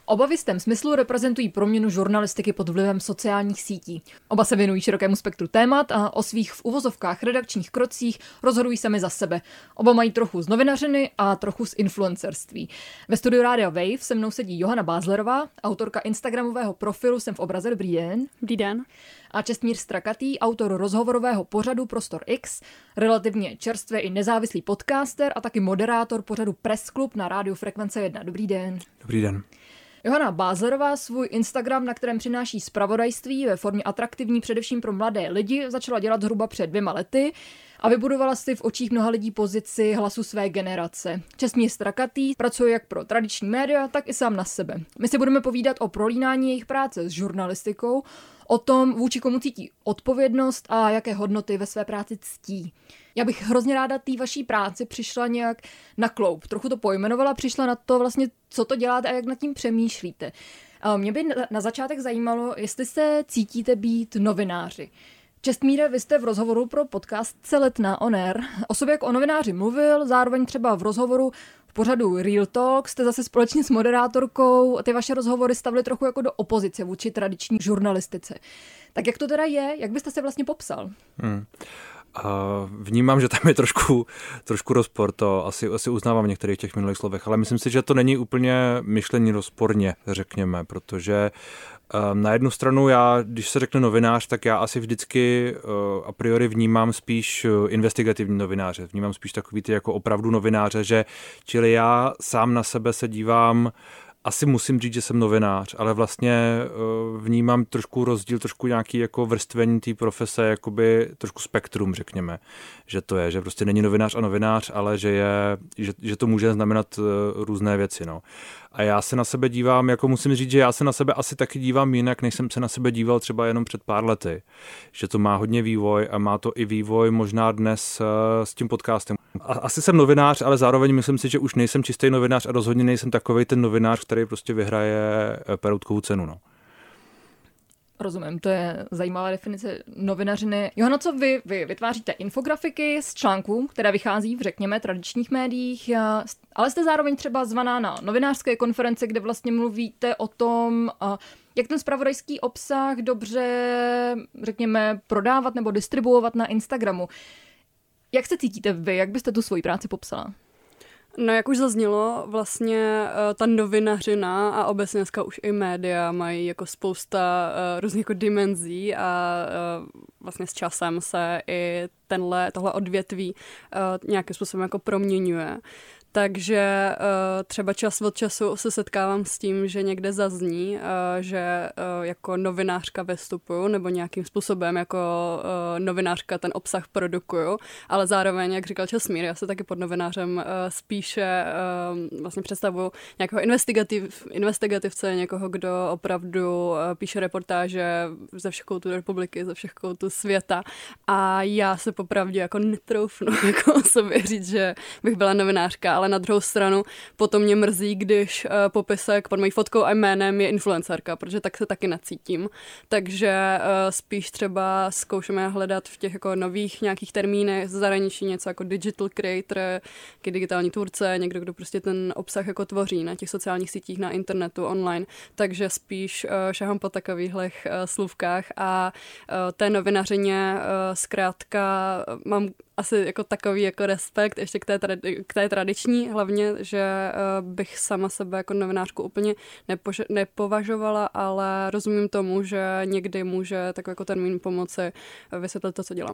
Oba v jistém smyslu reprezentují proměnu žurnalistiky pod vlivem sociálních sítí. Oba se věnují širokému spektru témat a o svých v uvozovkách redakčních krocích rozhodují sami za sebe. Oba mají trochu z novinařiny a trochu z influencerství. Ve studiu Rádia Wave se mnou sedí Johana Bázlerová, autorka instagramového profilu Jsem v obraze. Dobrý den. Dobrý den. A Čestmír Strakatý, autor rozhovorového pořadu Prostor X, relativně čerstvě i nezávislý podcaster a taky moderátor pořadu Press Club na rádiu Frekvence 1. Dobrý den. Dobrý den. Johana Bázlerová svůj Instagram, na kterém přináší zpravodajství ve formě atraktivní především pro mladé lidi, začala dělat zhruba před 2 lety a vybudovala si v očích mnoha lidí pozici hlasu své generace. Čestmír Strakatý pracuje jak pro tradiční média, tak i sám na sebe. My si budeme povídat o prolínání jejich práce s žurnalistikou, o tom, vůči komu cítí odpovědnost a jaké hodnoty ve své práci ctí. Já bych hrozně ráda té vaší práci přišla nějak na kloub. Trochu to pojmenovala, přišla na to vlastně, co to děláte a jak nad tím přemýšlíte. Mě by na začátek zajímalo, jestli se cítíte být novináři. Čestmíre, vy jste v rozhovoru pro podcast Celetná on Air o sobě jako o novináři mluvil, zároveň třeba v rozhovoru v pořadu Real Talk jste zase společně s moderátorkou ty vaše rozhovory stavili trochu jako do opozice vůči tradiční žurnalistice. Tak jak to teda je? Jak byste se vlastně popsal? Vnímám, že tam je trošku rozpor, to asi uznávám v některých těch minulých slovech, ale myslím si, že to není úplně myšlení rozporně, řekněme, protože na jednu stranu když se řekne novinář, tak já asi vždycky a priori vnímám spíš investigativní novináře, vnímám spíš takový ty jako opravdu novináře, čili já sám na sebe se dívám. Asi musím říct, že jsem novinář, ale vlastně vnímám trošku rozdíl, trošku nějaký jako vrstvení té profese, jakoby trošku spektrum, řekněme, že to je, že prostě není novinář a novinář, ale že to může znamenat různé věci, no. A já se na sebe dívám, jako musím říct, že já se na sebe asi taky dívám jinak, než jsem se na sebe díval třeba jenom před pár lety. Že to má hodně vývoj a má to i vývoj možná dnes s tím podcastem. Asi jsem novinář, ale zároveň myslím si, že už nejsem čistý novinář a rozhodně nejsem takovej ten novinář, který prostě vyhraje peroutkovou cenu, no. Rozumím, to je zajímavá definice novinařiny. Johano, co vy vytváříte infografiky z článků, které vychází v, řekněme, tradičních médiích, ale jste zároveň třeba zvaná na novinářské konference, kde vlastně mluvíte o tom, jak ten zpravodajský obsah dobře, řekněme, prodávat nebo distribuovat na Instagramu. Jak se cítíte vy? Jak byste tu svoji práci popsala? No, jak už zaznělo, vlastně ta novinařina a obecně dneska už i média mají jako spousta různých jako dimenzí a vlastně s časem se i tohle odvětví nějakým způsobem jako proměňuje. Takže třeba čas od času se setkávám s tím, že někde zazní, že jako novinářka vystupuju nebo nějakým způsobem jako novinářka ten obsah produkuju, ale zároveň, jak říkal Čestmír, já se taky pod novinářem spíše vlastně představuju nějakého investigativce, někoho, kdo opravdu píše reportáže ze všech koutů republiky, ze všech koutů světa a já se popravdě jako netroufnu jako o sobě říct, že bych byla novinářka, ale na druhou stranu potom mě mrzí, když popisek pod mojí fotkou a jménem je influencerka, protože tak se taky nacítím. Takže spíš třeba zkoušeme hledat v těch jako nových nějakých termínech z zahraničí něco jako digital creator, digitální tvůrce, někdo, kdo prostě ten obsah jako tvoří na těch sociálních sítích, na internetu, online. Takže spíš šahám po takovýchhle slůvkách a té novinařině zkrátka mám asi jako takový jako respekt ještě k té tradiční, hlavně, že bych sama sebe jako novinářku úplně nepovažovala, ale rozumím tomu, že někdy může takový jako termín pomoci vysvětlit to, co dělám.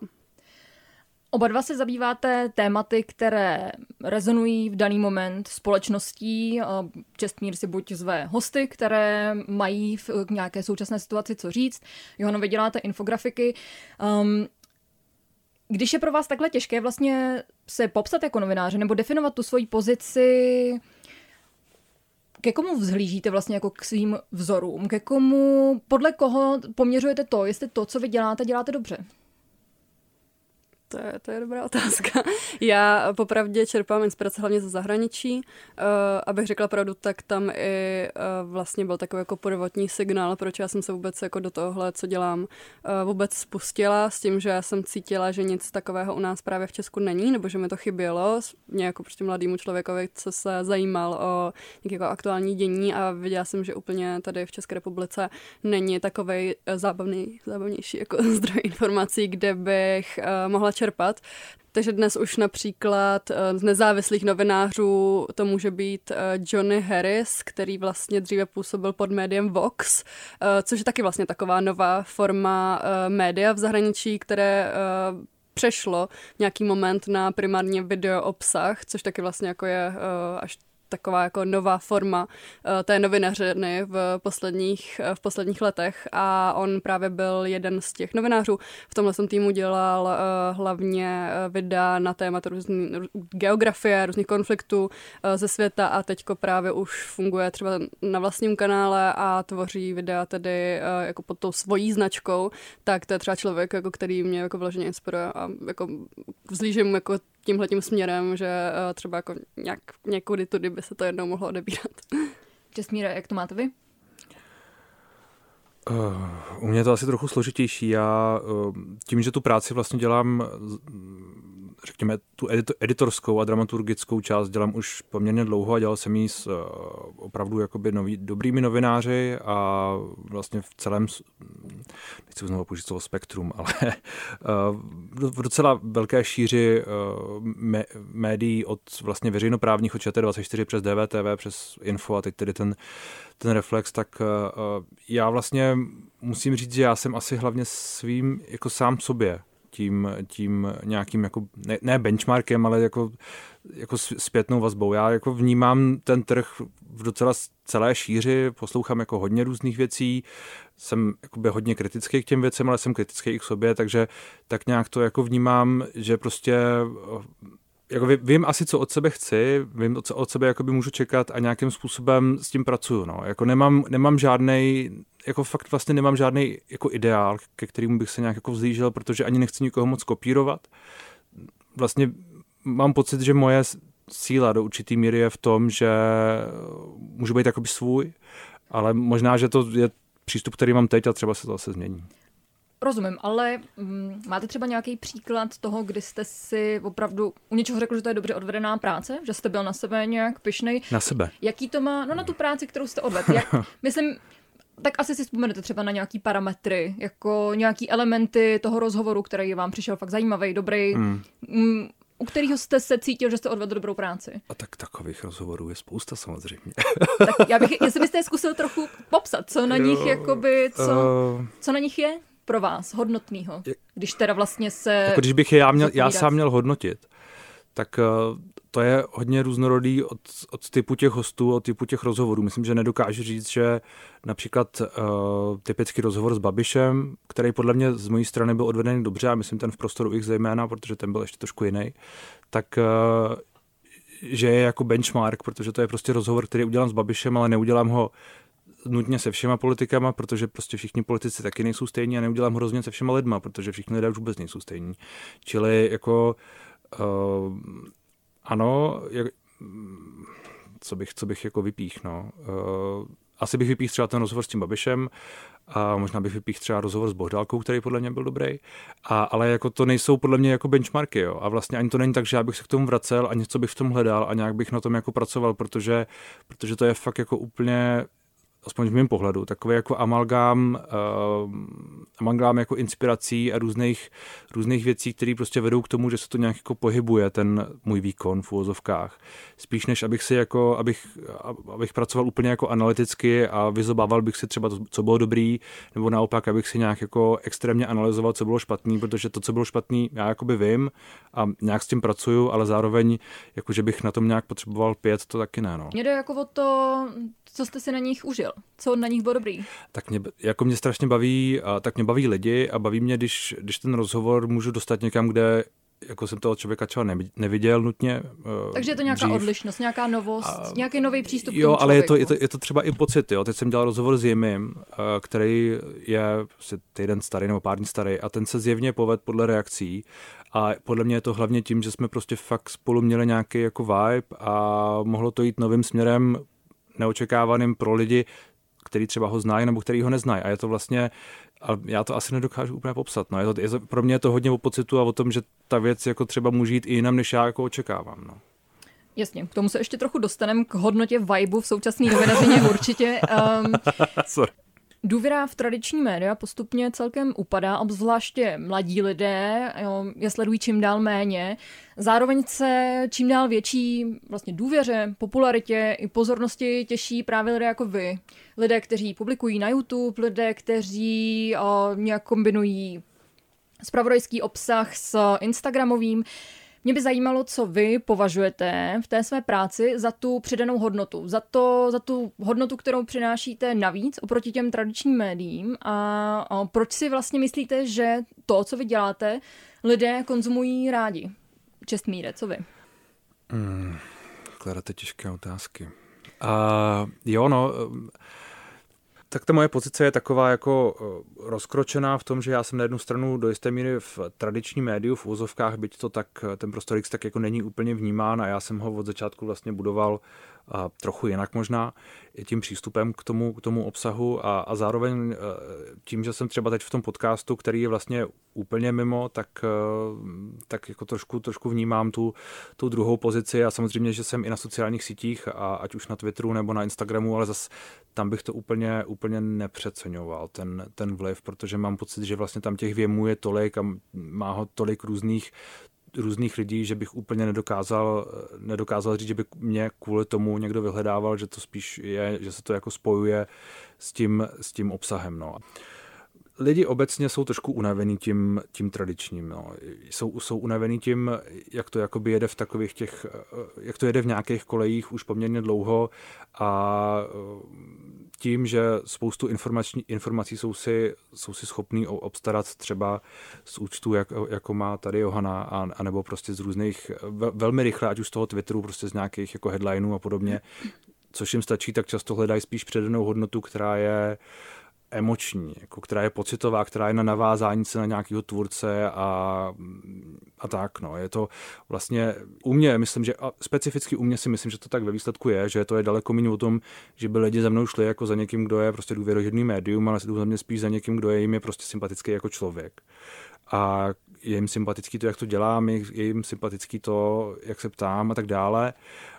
Oba dva se zabýváte tématy, které rezonují v daný moment společností. Čestmír si buď zve hosty, které mají v nějaké současné situaci co říct. Johano, vy děláte infografiky. Když je pro vás takhle těžké vlastně se popsat jako novináře nebo definovat tu svoji pozici, ke komu vzhlížíte vlastně jako k svým vzorům? Ke komu, podle koho poměřujete to, jestli to, co vy děláte dobře? To je dobrá otázka. Já popravdě čerpám inspiraci hlavně ze zahraničí. Abych řekla pravdu, tak tam i vlastně byl takový jako prvotní signál, proč já jsem se vůbec jako do tohohle, co dělám, vůbec spustila s tím, že já jsem cítila, že nic takového u nás právě v Česku není, nebo že mi to chybělo. Mě jako prostě mladýmu člověkovi, co se zajímal o nějaké jako aktuální dění a viděla jsem, že úplně tady v České republice není takovej zábavnější jako zdroj informací, kde bych mohla čerpat. Takže dnes už například z nezávislých novinářů to může být Johnny Harris, který vlastně dříve působil pod médiem Vox, což je taky vlastně taková nová forma média v zahraničí, které přešlo nějaký moment na primárně video obsah, což taky vlastně jako je až taková jako nová forma té novinařiny v posledních letech a on právě byl jeden z těch novinářů. V tomhle týmu dělal hlavně videa na téma geografie, různých konfliktů ze světa a teďko právě už funguje třeba na vlastním kanále a tvoří videa tedy jako pod tou svojí značkou, tak to je třeba člověk, jako který mě jako vyloženě inspiruje a jako vzlížím jako tímhletím směrem, že třeba jako někudy tudy by se to jednou mohlo odebírat. Čestmíre, jak to máte vy? U mě je to asi trochu složitější. Já tím, že tu práci vlastně dělám, řekněme, tu editorskou a dramaturgickou část dělám už poměrně dlouho a dělal jsem ji s opravdu jakoby dobrými novináři a vlastně v celém, nechci znovu použít slovo spektrum, ale v docela velké šíři médií od vlastně veřejnoprávních od ČT24 přes DVTV, přes Info a teď tedy ten Reflex, tak já vlastně musím říct, že já jsem asi hlavně svým jako sám sobě tím nějakým jako ne benchmarkem, ale jako zpětnou vazbou. Já jako vnímám ten trh v docela celé šíři, poslouchám jako hodně různých věcí, jsem jakoby hodně kritický k těm věcem, ale jsem kritický i k sobě, takže tak nějak to jako vnímám, že prostě jako vím asi, co od sebe chci, vím, co od sebe jakoby můžu čekat a nějakým způsobem s tím pracuju. No. Jako nemám žádnej, jako fakt vlastně nemám žádný jako ideál, ke kterému bych se nějak jako vzlížel, protože ani nechci nikoho moc kopírovat. Vlastně mám pocit, že moje síla do určitý míry je v tom, že můžu být jakoby svůj, ale možná, že to je přístup, který mám teď a třeba se to zase změní. Rozumím, ale máte třeba nějaký příklad toho, kdy jste si opravdu u něčeho řekl, že to je dobře odvedená práce, že jste byl na sebe nějak pyšnej? Na sebe. Jaký to má, no na tu práci, kterou jste odvedl. Myslím, tak asi si vzpomenete třeba na nějaký parametry, jako nějaký elementy toho rozhovoru, který vám přišel fakt zajímavý, dobrý, u kterého jste se cítil, že jste odvedl dobrou práci. A tak takových rozhovorů je spousta samozřejmě. Tak jestli byste je zkusil trochu popsat, co na nich jakoby, co na nich je pro vás hodnotného, když teda vlastně se... Jako když bych já sám měl hodnotit, tak to je hodně různorodý od typu těch hostů, od typu těch rozhovorů. Myslím, že nedokážu říct, že například typický rozhovor s Babišem, který podle mě z mojí strany byl odvedený dobře, a myslím ten v Prostoru X zejména, protože ten byl ještě trošku jiný, tak že je jako benchmark, protože to je prostě rozhovor, který udělám s Babišem, ale neudělám ho nutně se všema politikama, protože prostě všichni politici taky nejsou stejní a neudělám hrozně se všema lidma, protože všichni lidé už vůbec nejsou stejní. Čili jako ano, co bych jako vypích, no. Asi bych vypích třeba ten rozhovor s tím Babišem a možná bych vypích třeba rozhovor s Bohdálkou, který podle mě byl dobrý, ale jako to nejsou podle mě jako benchmarky, jo. A vlastně ani to není tak, že já bych se k tomu vracel a něco bych v tom hledal a nějak bych na tom jako pracoval, protože to je fakt jako úplně, aspoň v mém pohledu, takový jako amalgám jako inspirací a různých věcí, které prostě vedou k tomu, že se to nějak jako pohybuje, ten můj výkon v uvozovkách. Spíš než abych pracoval úplně jako analyticky a vyzobával bych si třeba to, co bylo dobrý, nebo naopak, abych si nějak jako extrémně analyzoval, co bylo špatný, protože to, co bylo špatný, já jakoby vím a nějak s tím pracuju, ale zároveň, jako že bych na tom nějak potřeboval 5, to taky ne, no. Mě jde jako o to, co jste si na nich užil, co na nich bylo dobrý. Tak mě strašně baví, tak mě baví lidi a baví mě, když ten rozhovor můžu dostat někam, kde jako jsem toho člověka třeba neviděl nutně. Takže je to nějaká odlišnost, nějaká novost, nějaký nový přístup. Jo, ale je to třeba i pocit. Jo. Teď jsem dělal rozhovor s Jimem, který je týden starý nebo pár dní starý a ten se zjevně povedl podle reakcí. A podle mě je to hlavně tím, že jsme prostě fakt spolu měli nějaký jako vibe a mohlo to jít novým směrem, neočekávaným pro lidi, který třeba ho znají nebo který ho neznají. A je to vlastně, ale já to asi nedokážu úplně popsat. No. Pro mě je to hodně o pocitu a o tom, že ta věc jako třeba může jít i jinam, než já jako očekávám. No. Jasně, k tomu se ještě trochu dostaneme k hodnotě vibu v současné novinařině určitě. Důvěra v tradiční média postupně celkem upadá, obzvláště mladí lidé je sledují čím dál méně. Zároveň se čím dál větší vlastně důvěře, popularitě i pozornosti těší právě lidé jako vy. Lidé, kteří publikují na YouTube, lidé, kteří nějak kombinují zpravodajský obsah s instagramovým. Mě by zajímalo, co vy považujete v té své práci za tu přidanou hodnotu, za tu hodnotu, kterou přinášíte navíc oproti těm tradičním médiím a proč si vlastně myslíte, že to, co vy děláte, lidé konzumují rádi? Čestmíre, co vy? Kladete těžké otázky. Tak ta moje pozice je taková jako rozkročená v tom, že já jsem na jednu stranu do jisté míry v tradiční médiu, v úzovkách, byť to tak, ten Prostor X tak jako není úplně vnímán a já jsem ho od začátku vlastně budoval trochu jinak možná, i tím přístupem k tomu obsahu a zároveň tím, že jsem třeba teď v tom podcastu, který je vlastně úplně mimo, tak jako trošku vnímám tu druhou pozici a samozřejmě, že jsem i na sociálních sítích, a ať už na Twitteru nebo na Instagramu, ale zase tam bych to úplně nepřeceňoval, ten vliv, protože mám pocit, že vlastně tam těch věmů je tolik a má ho tolik různých lidí, že bych úplně nedokázal říct, že by mě kvůli tomu někdo vyhledával, že to spíš je, že se to jako spojuje s tím obsahem. No. Lidi obecně jsou trošku unavený tím tradičním. No. Jsou unavený tím, jak to jakoby jede v takových jak to jede v nějakých kolejích už poměrně dlouho a tím, že spoustu informací jsou si schopný obstarat třeba z účtu, jako má tady Johana, anebo prostě z různých, velmi rychle, ať už z toho Twitteru, prostě z nějakých jako headlineů a podobně, což jim stačí, tak často hledají spíš předanou hodnotu, která je emoční, jako která je pocitová, která je na navázání se na nějakého tvůrce a tak, no. Je to vlastně u mě, myslím, že specificky u mě si myslím, že to tak ve výsledku je, že to je daleko méně o tom, že by lidi za mnou šli jako za někým, kdo je prostě důvěryhodný médium, ale jdou za mě spíš za někým, kdo je jim prostě sympatický jako člověk. A je jim sympatický to, jak to dělám, je jim sympatický to, jak se ptám a tak dále.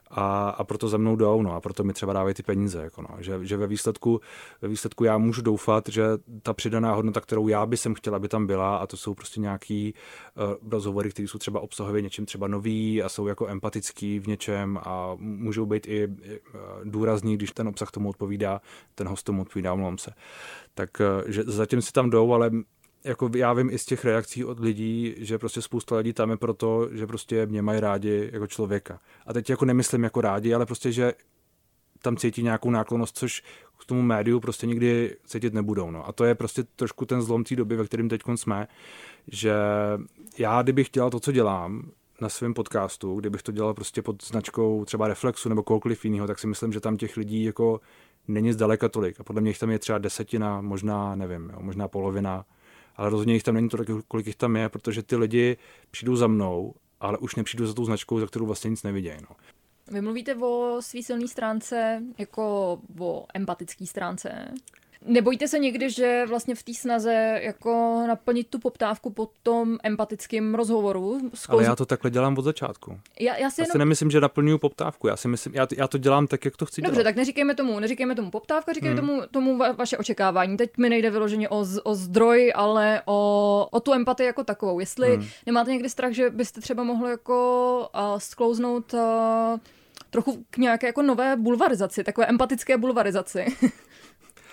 A proto za mnou jdou, no, a proto mi třeba dávají ty peníze, jako no, že ve výsledku já můžu doufat, že ta přidaná hodnota, kterou já bych chtěla, aby tam byla, a to jsou prostě nějaký rozhovory, které jsou třeba obsahově něčím třeba nový a jsou jako empatický v něčem a můžou být i důrazný, když ten obsah tomu odpovídá, ten host tomu odpovídá, omlouvám se. Tak že zatím si tam jdou, ale jako já vím i z těch reakcí od lidí, že prostě spousta lidí tam je proto, že prostě mě mají rádi jako člověka. A teď jako nemyslím jako rádi, ale prostě, že tam cítí nějakou náklonnost, což k tomu médiu prostě nikdy cítit nebudou. No. A to je prostě trošku ten zlom té doby, ve kterém teď jsme, že já, kdybych dělal to, co dělám na svém podcastu, kdybych to dělal prostě pod značkou třeba Reflexu nebo kohokoliv jiného, tak si myslím, že tam těch lidí jako není zdaleka tolik. A podle mě jich tam je třeba 10, možná, nevím, jo, možná polovina, ale rozhodně jich tam není tolik, kolik jich tam je, protože ty lidi přijdou za mnou, ale už nepřijdou za tou značkou, za kterou vlastně nic nevidějí. No. Vy mluvíte o svý silné stránce jako o empatické stránce. Nebojíte se někdy, že vlastně v té snaze jako naplnit tu poptávku po tom empatickém rozhovoru? Ale já to takhle dělám od začátku. Já si nemyslím, že naplňuju poptávku. Já si myslím, já to dělám tak, jak to chci dělat. Dobře, tak neříkejme tomu poptávka, říkejme tomu vaše očekávání. Teď mi nejde vyloženě o zdroj, ale o tu empatii jako takovou. Jestli nemáte někdy strach, že byste třeba mohli jako sklouznout trochu k nějaké jako nové bulvarizaci, takové empatické bulvarizaci.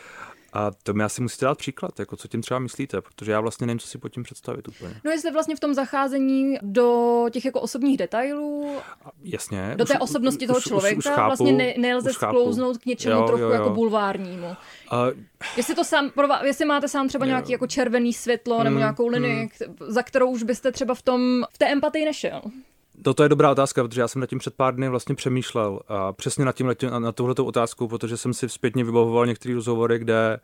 A to mi asi musíte dát příklad, jako co tím třeba myslíte, protože já vlastně nevím, co si pod tím představit úplně. No jestli vlastně v tom zacházení do těch jako osobních detailů, jasně, do té osobnosti toho člověka, už chápu, vlastně nelze sklouznout k něčemu trochu jako bulvárnímu. Jestli máte sám třeba nějaký jako červený světlo nebo nějakou linii, za kterou už byste třeba v té empatii nešel. To je dobrá otázka, protože já jsem nad tím před pár dny vlastně přemýšlel a přesně na tuhletou otázku, protože jsem si zpětně vybavoval některé rozhovory, kde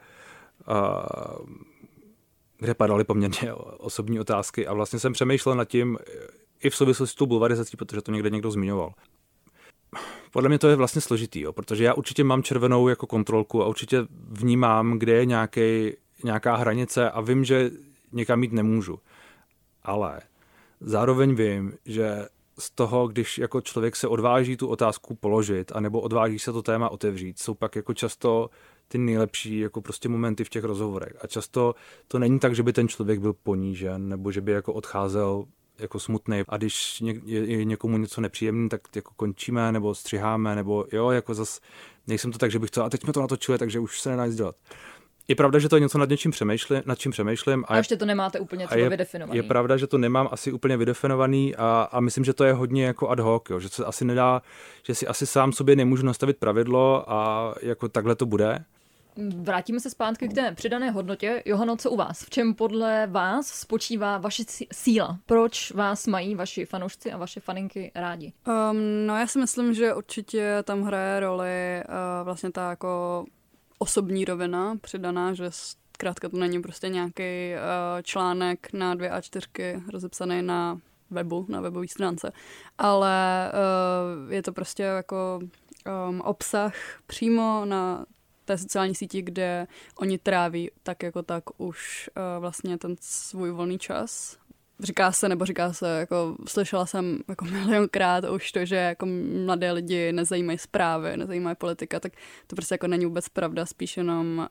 padaly poměrně osobní otázky a vlastně jsem přemýšlel nad tím i v souvislosti s tou bulvarizací, protože to někdo zmiňoval. Podle mě to je vlastně složitý, protože já určitě mám červenou jako kontrolku a určitě vnímám, kde je nějaká hranice a vím, že někam jít nemůžu. Ale zároveň vím, že z toho, když jako člověk se odváží tu otázku položit, anebo odváží se to téma otevřít, jsou pak jako často ty nejlepší jako prostě momenty v těch rozhovorech. A často to není tak, že by ten člověk byl ponížen, nebo že by jako odcházel jako smutný. A když je někomu něco nepříjemné, tak jako končíme, nebo střiháme, nebo jo, jako zas nejsem to tak, že bych to, a teď jsme to natočili, takže už se nedá nic dělat. Je pravda, že to je něco, nad čím přemýšlím. A ještě to nemáte úplně třeba vydefinovaný. Je pravda, že to nemám asi úplně vydefinovaný a myslím, že to je hodně jako ad hoc, jo, že se asi nedá, že si asi sám sobě nemůžu nastavit pravidlo a jako takhle to bude. Vrátíme se zpátky k té přidané hodnotě. Johano, co u vás? V čem podle vás spočívá vaše síla? Proč vás mají vaši fanoušci a vaše faninky rádi? No já si myslím, že určitě tam hraje roli vlastně ta jako osobní rovina přidaná, že zkrátka to není prostě nějaký článek na 2 A4 rozepsaný na webu, na webové stránce, ale je to prostě jako obsah přímo na té sociální síti, kde oni tráví tak jako tak už vlastně ten svůj volný čas. Říká se, jako slyšela jsem jako milionkrát už to, že jako mladé lidi nezajímají zprávy, nezajímají politika, tak to prostě jako není vůbec pravda, spíš jenom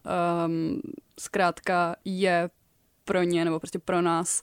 zkrátka je pro ně, nebo prostě pro nás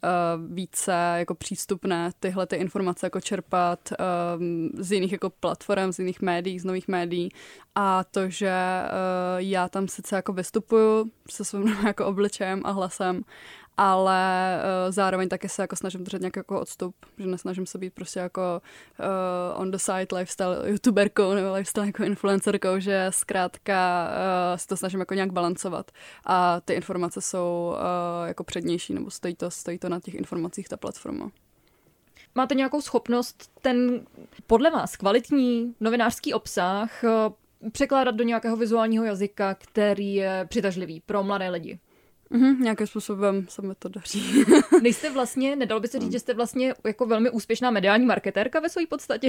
více jako přístupné tyhle ty informace jako čerpat z jiných jako platform, z jiných médií, z nových médií a to, že já tam sice jako vystupuju se svým jako obličejem a hlasem, ale zároveň taky se jako snažím držet nějaký jako odstup, že nesnažím se být prostě jako on the side lifestyle youtuberkou nebo lifestyle jako influencerkou, že zkrátka si to snažím jako nějak balancovat a ty informace jsou jako přednější nebo stojí to na těch informacích ta platforma. Máte nějakou schopnost ten podle vás kvalitní novinářský obsah překládat do nějakého vizuálního jazyka, který je přitažlivý pro mladé lidi? Nějakým způsobem se mi to daří. Nejste vlastně, nedalo by se říct, že jste vlastně jako velmi úspěšná mediální marketérka ve své podstatě,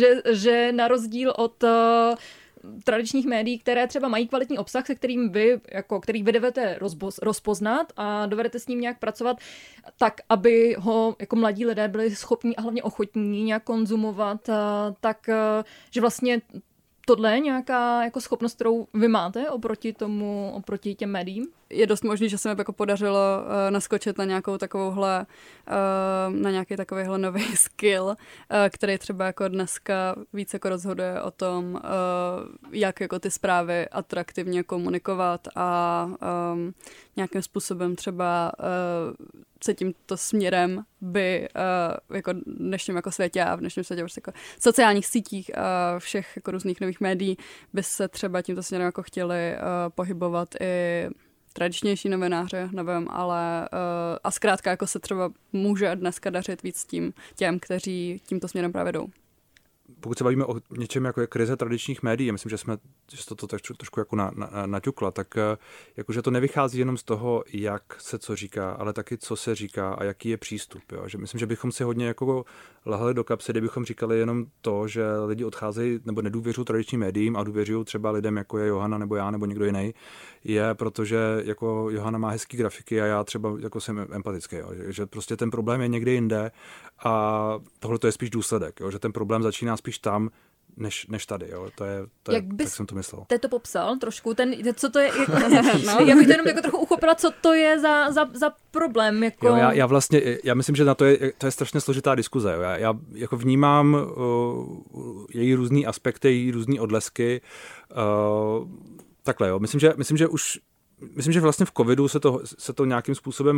že na rozdíl od tradičních médií, které třeba mají kvalitní obsah, se kterým který vy jdete rozpoznat a dovedete s ním nějak pracovat tak, aby ho jako mladí lidé byli schopní a hlavně ochotní nějak konzumovat, tak že vlastně tohle je nějaká jako schopnost, kterou vy máte oproti těm médiím? Je dost možný, že se mi jako podařilo naskočit na nějakou takovouhle, na nějaký takovýhle nový skill, který třeba jako dneska víc jako rozhoduje o tom, jak jako ty zprávy atraktivně komunikovat a nějakým způsobem třeba se tímto směrem by jako v dnešním jako světě a v dnešním světě prostě jako sociálních sítích a všech jako různých nových médií by se třeba tímto směrem jako chtěli pohybovat i tradičnější novináře, nevím, ale a zkrátka jako se třeba může dneska dařit víc těm, kteří tímto směrem právě jdou. Pokud se bavíme o něčem jako je krize tradičních médií, já myslím, že to trošku jako naťukla, tak jakože to nevychází jenom z toho, jak se co říká, ale taky co se říká a jaký je přístup. Jo? Že myslím, že bychom si hodně jako lahali do kapsy, kdybychom říkali jenom to, že lidi odcházejí nebo nedůvěřují tradičním médiím a důvěřují třeba lidem, jako je Johana nebo já nebo někdo jiný, je protože jako Johana má hezký grafiky a já třeba jako jsem empatický. Jo? Že prostě ten problém je někde jinde a tohle to je spíš důsledek, jo? Že ten problém začíná spíš tam, než tady, jo. To je tak jsem to myslel. Ty to popsal trošku, co to je, jako, no, já bych to jenom jako trochu uchopila, co to je za problém, jako. Jo, já myslím, že to je strašně složitá diskuze, jo. Já jako vnímám její různý aspekty, její různý odlesky, takhle, jo. Myslím, že už myslím, že vlastně v covidu se to nějakým způsobem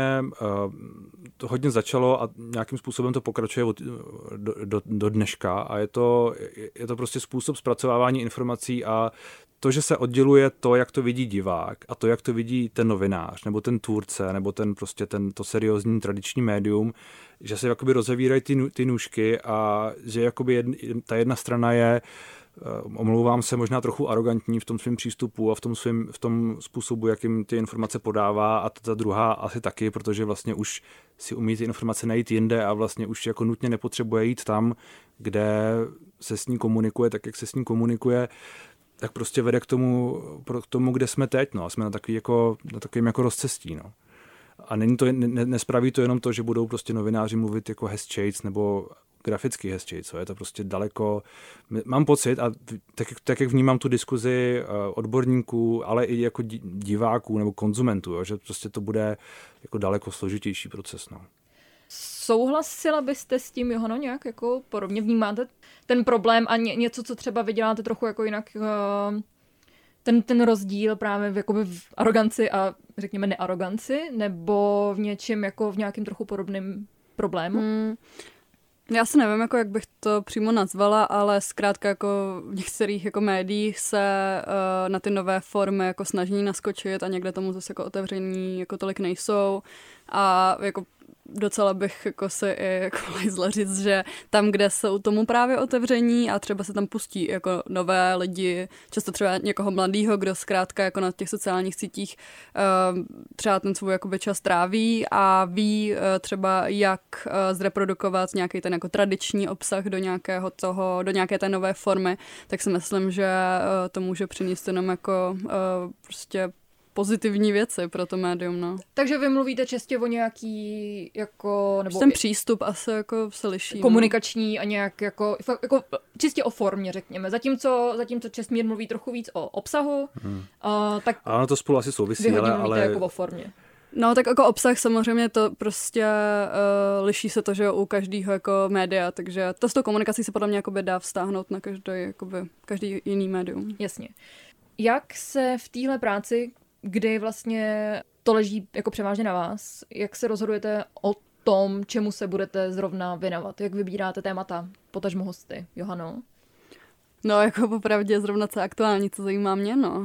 hodně začalo a nějakým způsobem to pokračuje do dneška a je to prostě způsob zpracovávání informací a to, že se odděluje to, jak to vidí divák a to, jak to vidí ten novinář nebo ten tvůrce nebo to seriózní tradiční médium, že se jakoby rozevírají ty nůžky a že jakoby ta jedna strana je, omlouvám se, možná trochu arrogantní v tom svém přístupu a v tom způsobu, jakým ty informace podává a ta druhá asi taky, protože vlastně už si umí ty informace najít jinde a vlastně už jako nutně nepotřebuje jít tam, kde se s ní komunikuje, tak jak se s ní komunikuje, tak prostě vede k tomu, kde jsme teď, no. Jsme na takovým jako rozcestí, no. A nespraví to jenom to, že budou prostě novináři mluvit jako hezčejc nebo grafický hezčejc, je to prostě daleko, mám pocit, a tak jak vnímám tu diskuzi odborníků, ale i jako diváků nebo konzumentů, jo, že prostě to bude jako daleko složitější proces, no. Souhlasila byste s tím, Johano, nějak jako podobně vnímáte ten problém a něco, co třeba vy děláte trochu jako jinak, ten rozdíl právě v aroganci a řekněme nearoganci, nebo v něčem jako v nějakém trochu podobném problému? Já si nevím, jako jak bych to přímo nazvala, ale zkrátka jako v některých jako médiích se na ty nové formy jako snaží naskočit a někde tomu zase jako otevření jako tolik nejsou a jako docela bych jako se i jako lejzla říct, že tam, kde jsou tomu právě otevření a třeba se tam pustí jako nové lidi, často třeba někoho mladýho, kdo zkrátka jako na těch sociálních sítích třeba ten svůj jakoby čas tráví a ví třeba jak zreprodukovat nějaký ten jako tradiční obsah do nějaké té nové formy, tak si myslím, že to může přinést jenom jako prostě pozitivní věci pro to médium, no. Takže vy mluvíte čistě o nějaký jako nebo ten přístup asi jako se liší. Komunikační a nějak jako čistě o formě, řekněme. Zatímco Čestmír mluví trochu víc o obsahu, tak ano, to spolu asi souvisí, ale jako o formě. No, tak jako obsah samozřejmě to prostě liší se to, že u každého jako média, takže to s tou komunikací se podle mě jakoby dá vztáhnout na každý jiný médium. Jasně. Jak se v téhle práci, kdy vlastně to leží jako převážně na vás, jak se rozhodujete o tom, čemu se budete zrovna věnovat? Jak vybíráte témata, potažmo hosty, Johano? No, jako popravdě zrovna co aktuální, co zajímá mě, no.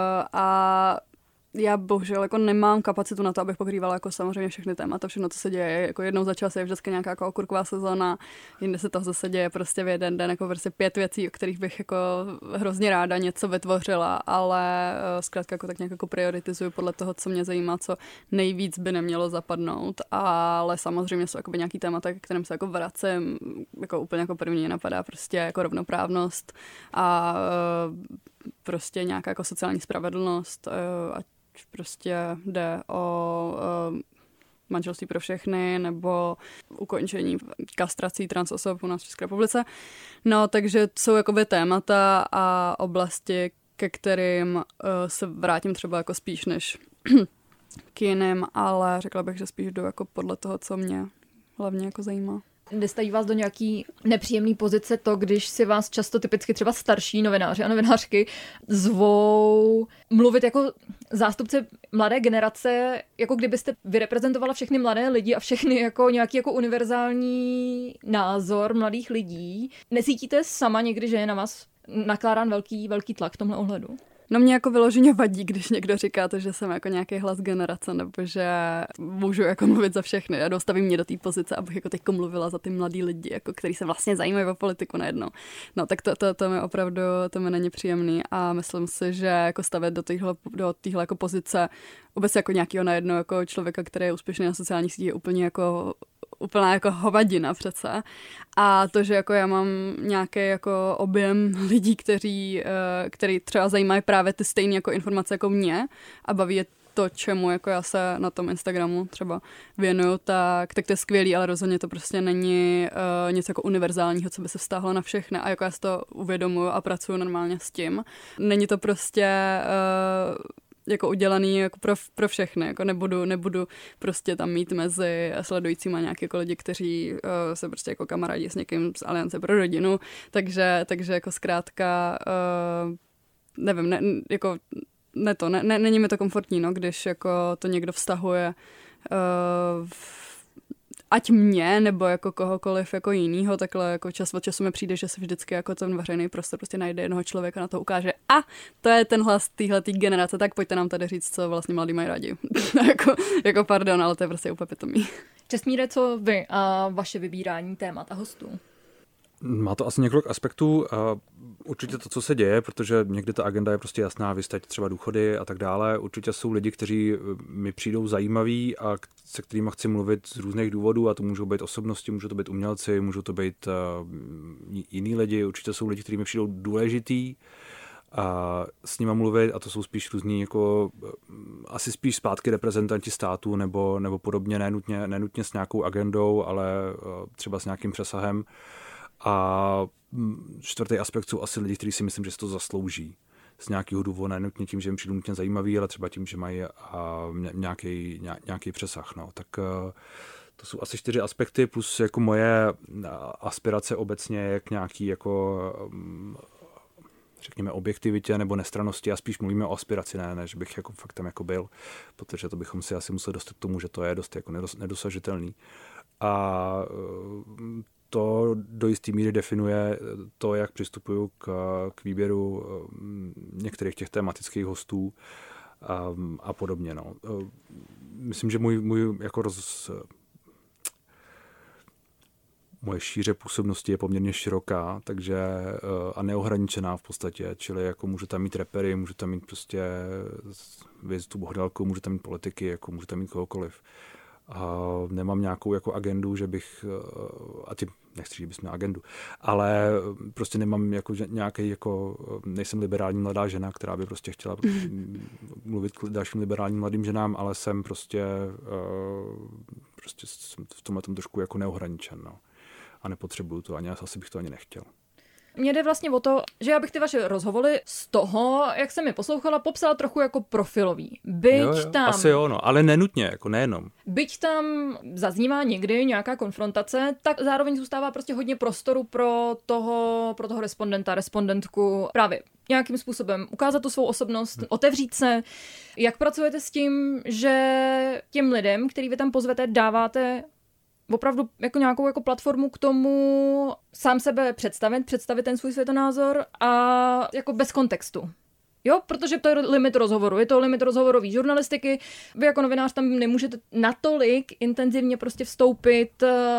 A já bohužel jako nemám kapacitu na to, abych pokrývala jako samozřejmě všechny témata, všechno, co se děje. Jako jednou za čas je vždycky nějaká jako okurková sezóna, jinde se to zase děje prostě v jeden den jako prostě 5 věcí, o kterých bych jako hrozně ráda něco vytvořila, ale zkrátka jako tak nějak jako prioritizuju podle toho, co mě zajímá, co nejvíc by nemělo zapadnout, ale samozřejmě jsou jakoby nějaký témata, ke kterým se jako vracím, jako úplně jako první napadá prostě jako rovnoprávnost a prostě nějaká jako sociální spravedlnost, ať prostě jde o manželství pro všechny nebo ukončení kastrací transosob u nás v České republice. No, takže jsou jakoby témata a oblasti, ke kterým se vrátím třeba jako spíš než k jiným, ale řekla bych, že spíš jdu jako podle toho, co mě hlavně jako zajímá. Nestaví vás do nějaký nepříjemný pozice to, když si vás často typicky třeba starší novináři a novinářky zvou mluvit jako zástupce mladé generace, jako kdybyste vyreprezentovala všechny mladé lidi a všechny jako nějaký jako univerzální názor mladých lidí. Necítíte sama někdy, že je na vás nakládán velký tlak v tomhle ohledu? No mě jako vyloženě vadí, když někdo říká to, že jsem jako nějaký hlas generace, nebo že můžu jako mluvit za všechny a dostaví mě do té pozice, abych jako teďko mluvila za ty mladý lidi, jako který se vlastně zajímají o politiku najednou. No tak to mi opravdu, to mi není příjemný a myslím si, že jako stavět do téhle jako pozice vůbec jako nějakého najednou jako člověka, který je úspěšný na sociálních sítích, je úplná jako hovadina přece. A to, že jako já mám nějaký jako objem lidí, který třeba zajímají právě ty stejné jako informace jako mě a baví je to, čemu jako já se na tom Instagramu třeba věnuju, tak to je skvělý, ale rozhodně to prostě není něco jako univerzálního, co by se vztáhlo na všechny a jako já si to uvědomuju a pracuji normálně s tím. Není to prostě jako udělaný jako pro všechny, jako nebudu prostě tam mít mezi sledujícíma nějaké jako lidi, kteří se prostě jako kamarádi s někým z Aliance pro rodinu, takže jako zkrátka nevím, jako není mi to komfortní, no, když jako to někdo vztahuje ať mě, nebo jako kohokoliv jako jinýho, takhle jako čas od času mi přijde, že se vždycky jako ten veřejný prostor prostě najde jednoho člověka, na to ukáže a to je ten hlas téhletý generace, tak pojďte nám tady říct, co vlastně mladí mají rádi. jako pardon, ale to je prostě úplně pitomý. Čestmíre, co vy a vaše vybírání témat a hostů? Má to asi několik aspektů. Určitě to, co se děje, protože někdy ta agenda je prostě jasná, vy jste třeba důchody a tak dále. Určitě jsou lidi, kteří mi přijdou zajímaví a se kterými chci mluvit z různých důvodů a to můžou být osobnosti, můžou to být umělci, můžou to být jiní lidi. Určitě jsou lidi, kteří mi přijdou důležitý a s nima mluvit a to jsou spíš různí jako asi spíš zpátky reprezentanti státu nebo podobně, nenutně s nějakou agendou, ale třeba s nějakým přesahem. A čtvrtý aspekt jsou asi lidi, kteří si myslím, že si to zaslouží. Z nějakého důvodu, nenutně tím, že jim přijdu nutně zajímavý, ale třeba tím, že mají nějaký přesah. No. Tak to jsou asi 4 aspekty, plus jako moje aspirace obecně je k nějaký jako řekněme objektivitě nebo nestrannosti a spíš mluvíme o aspiraci, ne, že bych jako fakt tam jako byl, protože to bychom si asi museli dostat k tomu, že to je dost jako nedosažitelný. A to do jisté míry definuje to, jak přistupuju k výběru některých těch tematických hostů a podobně. No. Myslím, že můj jako moje šíře působnosti je poměrně široká, takže a neohraničená v podstatě, čili jako můžu tam mít rapery, můžu tam mít prostě Vězdu Bohdálku, můžu tam mít politiky, jako můžu tam mít kohokoliv. A nemám nějakou jako agendu, že bych, a tím nechci, že bys měl agendu, ale prostě nemám jako nějaký, jako, nejsem liberální mladá žena, která by prostě chtěla mluvit k dalším liberálním mladým ženám, ale jsem prostě v tomhle tom trošku jako neohraničen, no. A nepotřebuju to, asi bych to ani nechtěl. Mně jde vlastně o to, že já bych ty vaše rozhovory z toho, jak jsem je poslouchala, popsala trochu jako profilový. Byť tam... Asi jo, no, ale nenutně, jako nejenom. Byť tam zaznívá někdy nějaká konfrontace, tak zároveň zůstává prostě hodně prostoru pro toho respondenta, respondentku právě nějakým způsobem ukázat tu svou osobnost, otevřít se. Jak pracujete s tím, že těm lidem, který vy tam pozvete, dáváte opravdu jako nějakou jako platformu k tomu sám sebe představit ten svůj světonázor a jako bez kontextu. Jo, protože to je limit rozhovoru, je to limit rozhovorové žurnalistiky. Vy jako novinář tam nemůžete natolik intenzivně prostě vstoupit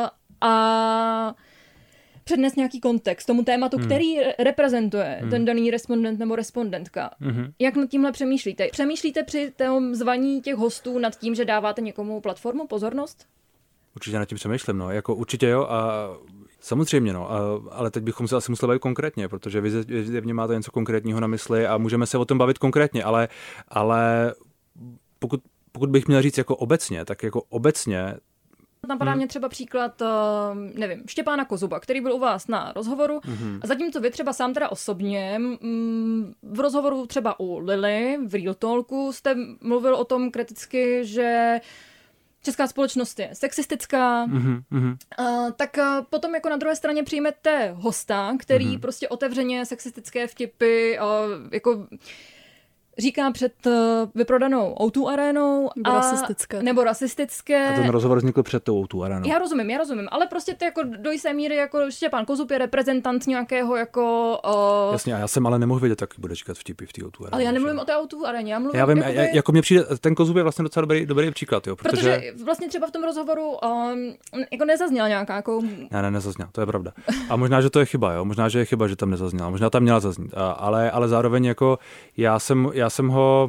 a přednést nějaký kontext tomu tématu, který reprezentuje ten daný respondent nebo respondentka. Jak nad tímhle přemýšlíte? Přemýšlíte při tom zvaní těch hostů nad tím, že dáváte někomu platformu, pozornost? Určitě nad tím přemýšlím, no, jako určitě jo a samozřejmě, no, ale teď bychom se asi museli bavit konkrétně, protože vy zjevně máte něco konkrétního na mysli a můžeme se o tom bavit konkrétně, ale pokud bych měl říct jako obecně, tak jako obecně Napadá mě třeba příklad, nevím, Štěpána Kozuba, který byl u vás na rozhovoru a zatímco vy třeba sám teda osobně v rozhovoru třeba u Lily v Real Talku jste mluvil o tom kriticky, že česká společnost je sexistická, tak potom jako na druhé straně přijmete hosta, který prostě otevřeně sexistické vtipy jako říká před vyprodanou O2 arénou. Nebo rasistické. A ten rozhovor vznikl před tou O2 arénou. Já rozumím, ale prostě to jako do jisté míry jako Štěpán Kozub je reprezentant nějakého jako... Jasně, a já jsem ale nemohl vědět, jak bude říkat vtipy v té O2 aréně. Ale já nemluvím o té O2 aréně, já mluvím... Já vím, jako mně přijde, ten Kozub je vlastně docela dobrý příklad, jo, protože vlastně třeba v tom rozhovoru jako nezazněla nějaká jako... Ne, nezazněla, to je pravda. A možná, že to je chyba, jo, možná, že je chyba, že tam nezazněla, možná tam měla zaznít, ale zároveň jako já jsem ho...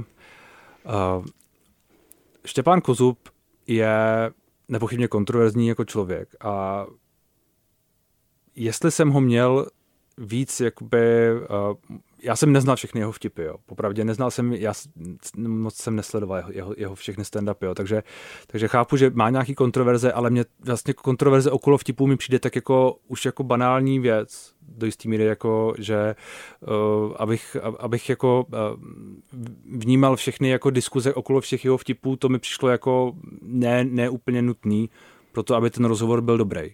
Štěpán Kozub je nepochybně kontroverzní jako člověk a jestli jsem ho měl víc jakoby... já jsem neznal všechny jeho vtipy, jo. Popravdě neznal jsem, moc jsem nesledoval jeho všechny stand-upy, jo. Takže chápu, že má nějaký kontroverze, ale mě vlastně kontroverze okolo vtipů mi přijde tak jako už jako banální věc, do jistý míry, jako, že abych jako vnímal všechny jako diskuze okolo všech jeho vtipů, to mi přišlo jako ne úplně nutný, proto aby ten rozhovor byl dobrý.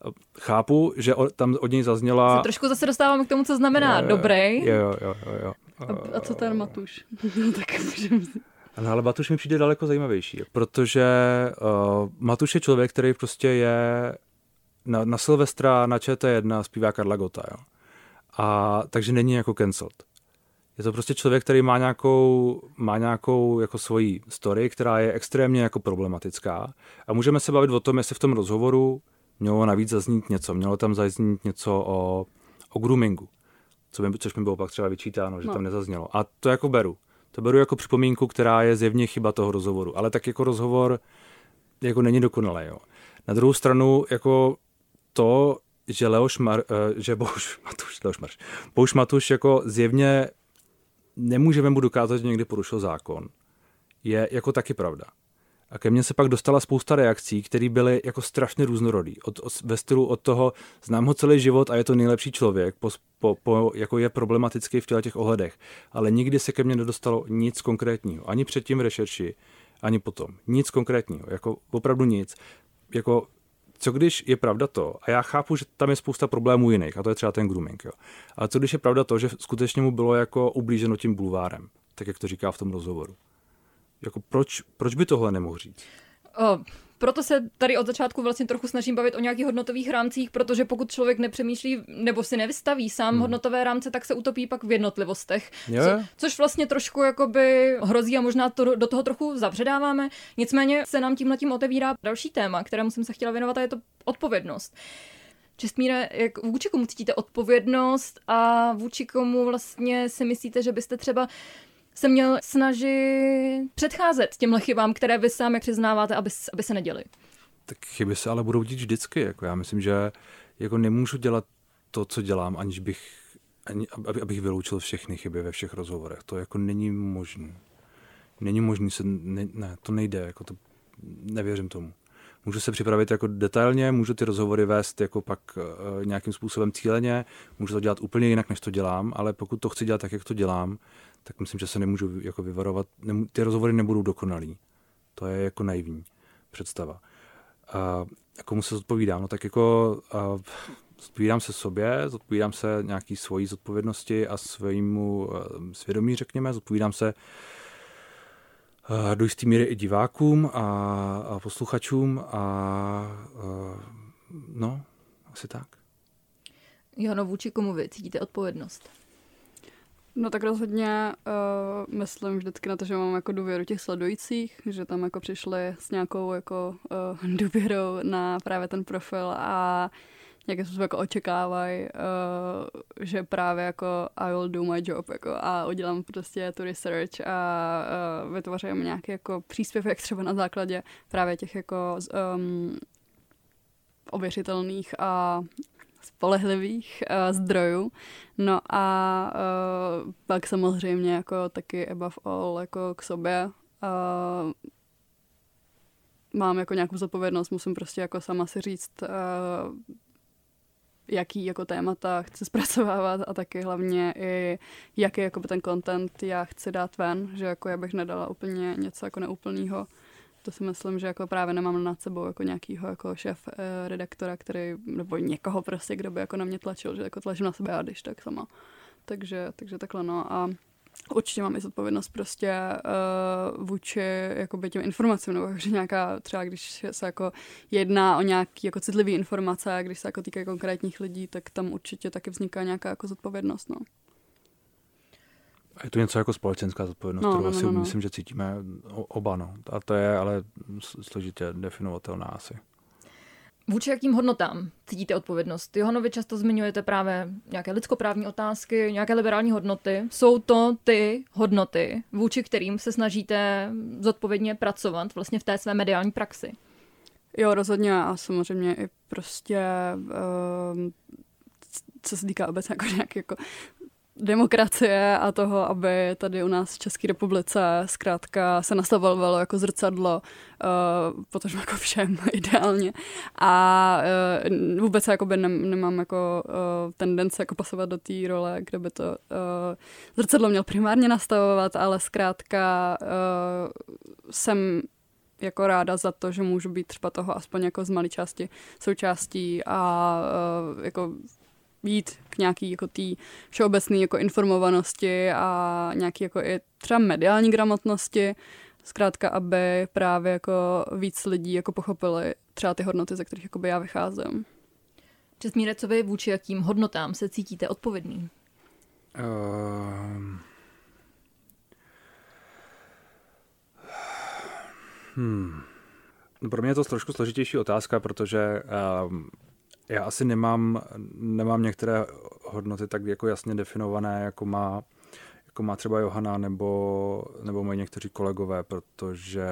Chápu, že tam od něj zazněla... Trošku zase dostáváme k tomu, co znamená dobrý. Jo. A co ten Matuš? Tak můžeme si... No, ale Matuš mi přijde daleko zajímavější, protože Matuš je člověk, který prostě je na Silvestra, na ČT1 zpívá Karla Gotta, jo. A takže není jako cancelled. Je to prostě člověk, který má nějakou jako svoji story, která je extrémně jako problematická. A můžeme se bavit o tom, jestli v tom rozhovoru mělo navíc zaznít něco. Mělo tam zaznít něco o groomingu, což mi bylo pak třeba vyčítáno, že tam nezaznělo. A to jako beru. To beru jako připomínku, která je zjevně chyba toho rozhovoru. Ale tak jako rozhovor jako není dokonalý. Jo. Na druhou stranu jako to, že Bouš Matuš jako zjevně nemůžeme mu dokázat, že někdy porušil zákon, je jako taky pravda. A ke mně se pak dostala spousta reakcí, které byly jako strašně různorodý. Ve stylu od toho, znám ho celý život a je to nejlepší člověk, jako je problematický v těch ohledech. Ale nikdy se ke mně nedostalo nic konkrétního. Ani předtím v rešerši, ani potom. Nic konkrétního. Jako opravdu nic. Jako co když je pravda to, a já chápu, že tam je spousta problémů jiných, a to je třeba ten grooming, jo. Ale co když je pravda to, že skutečně mu bylo jako ublíženo tím bulvárem, tak jak to říká v tom rozhovoru. Jako proč by tohle nemohl říct? Proto se tady od začátku vlastně trochu snažím bavit o nějakých hodnotových rámcích, protože pokud člověk nepřemýšlí nebo si nevystaví sám hodnotové rámce, tak se utopí pak v jednotlivostech. Což vlastně trošku jakoby hrozí a možná do toho trochu zabředáváme. Nicméně se nám tímhletím otevírá další téma, kterému jsem se chtěla věnovat, a je to odpovědnost. Čestmíre, jak vůči komu cítíte odpovědnost a vůči komu vlastně si myslíte, že byste třeba se měl snažit předcházet těmhle chybám, které vy sám, jak přiznáváte, aby se neděly? Tak chyby se ale budou dít vždycky. Jako já myslím, že jako nemůžu dělat to, co dělám, abych vyloučil všechny chyby ve všech rozhovorech. To jako není možné. Není možné to nejde. Jako to, nevěřím tomu. Můžu se připravit jako detailně, můžu ty rozhovory vést jako pak nějakým způsobem cíleně, můžu to dělat úplně jinak, než to dělám, ale pokud to chci dělat tak, jak to dělám, tak myslím, že se nemůžu jako vyvarovat. Ty rozhovory nebudou dokonalý. To je jako naivní představa. A komu se zodpovídám? No tak jako zodpovídám se sobě, zodpovídám se nějaký svojí zodpovědnosti a svému svědomí, řekněme, zodpovídám se do jistý míry i divákům a posluchačům no, asi tak. Jano, vůči komu vy cítíte odpovědnost? No tak rozhodně myslím vždycky na to, že mám jako důvěru těch sledujících, že tam jako přišli s nějakou jako důvěrou na právě ten profil a nějakým způsobem jako očekávají, že právě jako I will do my job jako, a udělám prostě tu research a vytvořím nějaký jako příspěvek třeba na základě právě těch jako ověřitelných a spolehlivých zdrojů. No a pak samozřejmě jako taky above all jako k sobě mám jako nějakou zodpovědnost, musím prostě jako sama si říct, jaký jako témata chci zpracovávat a taky hlavně i jaký jako ten content já chci dát ven, že jako já bych nedala úplně něco jako neúplnýho. To si myslím, že jako právě nemám nad sebou jako nějakýho jako šéf redaktora, který, nebo někoho prostě, kdo by jako na mě tlačil, že jako tlačím na sebe a když tak sama. Takže takhle no a určitě mám i zodpovědnost prostě vůči jakoby těm informacím, nebo že nějaká, třeba když se jako jedná o nějaký jako citlivý informace, když se jako týkají konkrétních lidí, tak tam určitě taky vzniká nějaká jako zodpovědnost, no. Je to něco jako společenská zodpovědnost, kterou asi myslím, že cítíme oba, no. A to je ale složitě definovatelná asi. Vůči jakým hodnotám cítíte odpovědnost? Johano, vy často zmiňujete právě nějaké lidskoprávní otázky, nějaké liberální hodnoty. Jsou to ty hodnoty, vůči kterým se snažíte zodpovědně pracovat vlastně v té své mediální praxi? Jo, rozhodně a samozřejmě i prostě, co se týká obecně jako nějaký jako demokracie a toho, aby tady u nás v České republice zkrátka se nastavovalo jako zrcadlo, protože jako všem ideálně. A vůbec jakoby nemám jako tendence jako pasovat do té role, kde by to zrcadlo měl primárně nastavovat, ale zkrátka jsem jako ráda za to, že můžu být třeba toho aspoň jako z malé části součástí a jako jít k nějaký jako té všeobecné jako informovanosti a nějaký jako i třeba mediální gramotnosti, zkrátka, aby právě jako víc lidí jako pochopili třeba ty hodnoty, ze kterých jakoby já vycházím. Čestmíre, co vy vůči jakým hodnotám se cítíte odpovědný? Pro mě je to trošku složitější otázka, protože já asi nemám některé hodnoty tak jako jasně definované, jako má třeba Johana nebo moji někteří kolegové, protože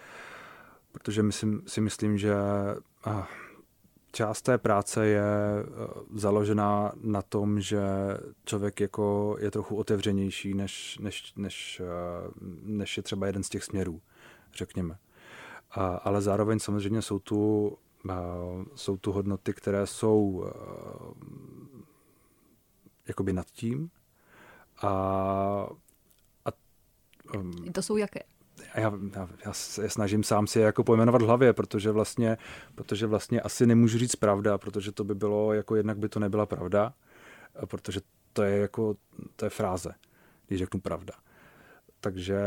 si myslím, že část té práce je založená na tom, že člověk jako je trochu otevřenější, než je třeba jeden z těch směrů, řekněme. Ale zároveň samozřejmě jsou tu hodnoty, které jsou jakoby nad tím. To jsou jaké? Já se snažím sám si je jako pojmenovat v hlavě, protože vlastně asi nemůžu říct pravda, protože to by bylo, jako jednak by to nebyla pravda, protože to je fráze, když řeknu pravda. Takže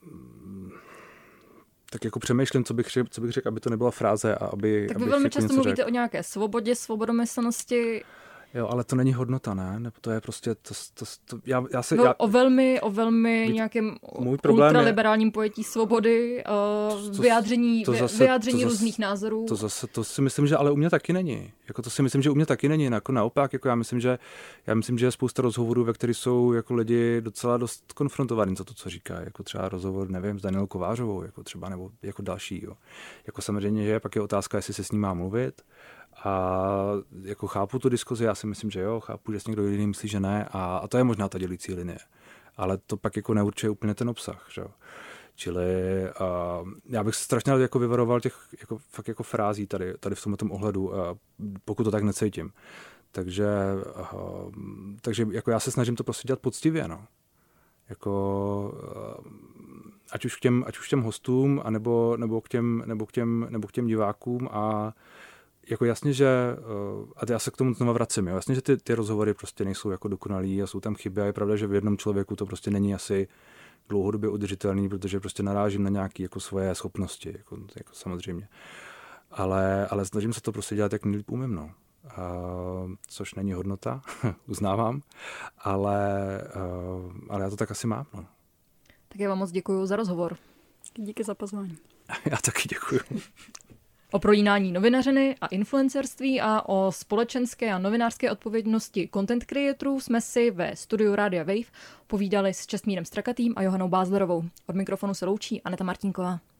tak jako přemýšlím, co bych řekl, aby to nebyla fráze a aby... Tak vy velmi často mluvíte o nějaké svobodě, svobodomyslnosti. Jo, ale to není hodnota, ne? Nebo to je prostě... O velmi nějakém ultraliberálním pojetí svobody, vyjádření různých názorů. To si myslím, že ale u mě taky není. Jako to si myslím, že u mě taky není. Jako naopak, jako já myslím, že je spousta rozhovorů, ve kterých jsou jako lidi docela dost konfrontovaní za to, co říká. Jako třeba rozhovor, nevím, s Danielou Kovářovou, jako třeba, nebo jako další. Jo. Jako samozřejmě, že pak je otázka, jestli se s ním má mluvit. A jako chápu tu diskuzi, já si myslím, že jo, chápu, že si někdo jiný myslí, že ne a to je možná ta dělící linie. Ale to pak jako neurčuje úplně ten obsah, že jo. Čili já bych se strašně jako vyvaroval těch jako, fakt jako frází tady v tomto ohledu, pokud to tak necítím. Takže jako já se snažím to prostě dělat poctivě, no. Jako ať už k těm hostům, nebo k těm divákům a jako jasně, že, a já se k tomu znova vracím, jo, jasně, že ty rozhovory prostě nejsou jako dokonalý a jsou tam chyby a je pravda, že v jednom člověku to prostě není asi dlouhodobě udržitelný, protože prostě narážím na nějaké jako svoje schopnosti, jako samozřejmě. Ale snažím se to prostě dělat, jak nejlíp umím, no. Což není hodnota, uznávám, ale já to tak asi mám, no. Tak já vám moc děkuju za rozhovor. Díky za pozvání. Já taky děkuju. O projídání novinařiny a influencerství a o společenské a novinářské odpovědnosti content creatorů jsme si ve studiu Rádia Wave povídali s Čestmírem Strakatým a Johanou Bázlerovou. Od mikrofonu se loučí Aneta Martinková.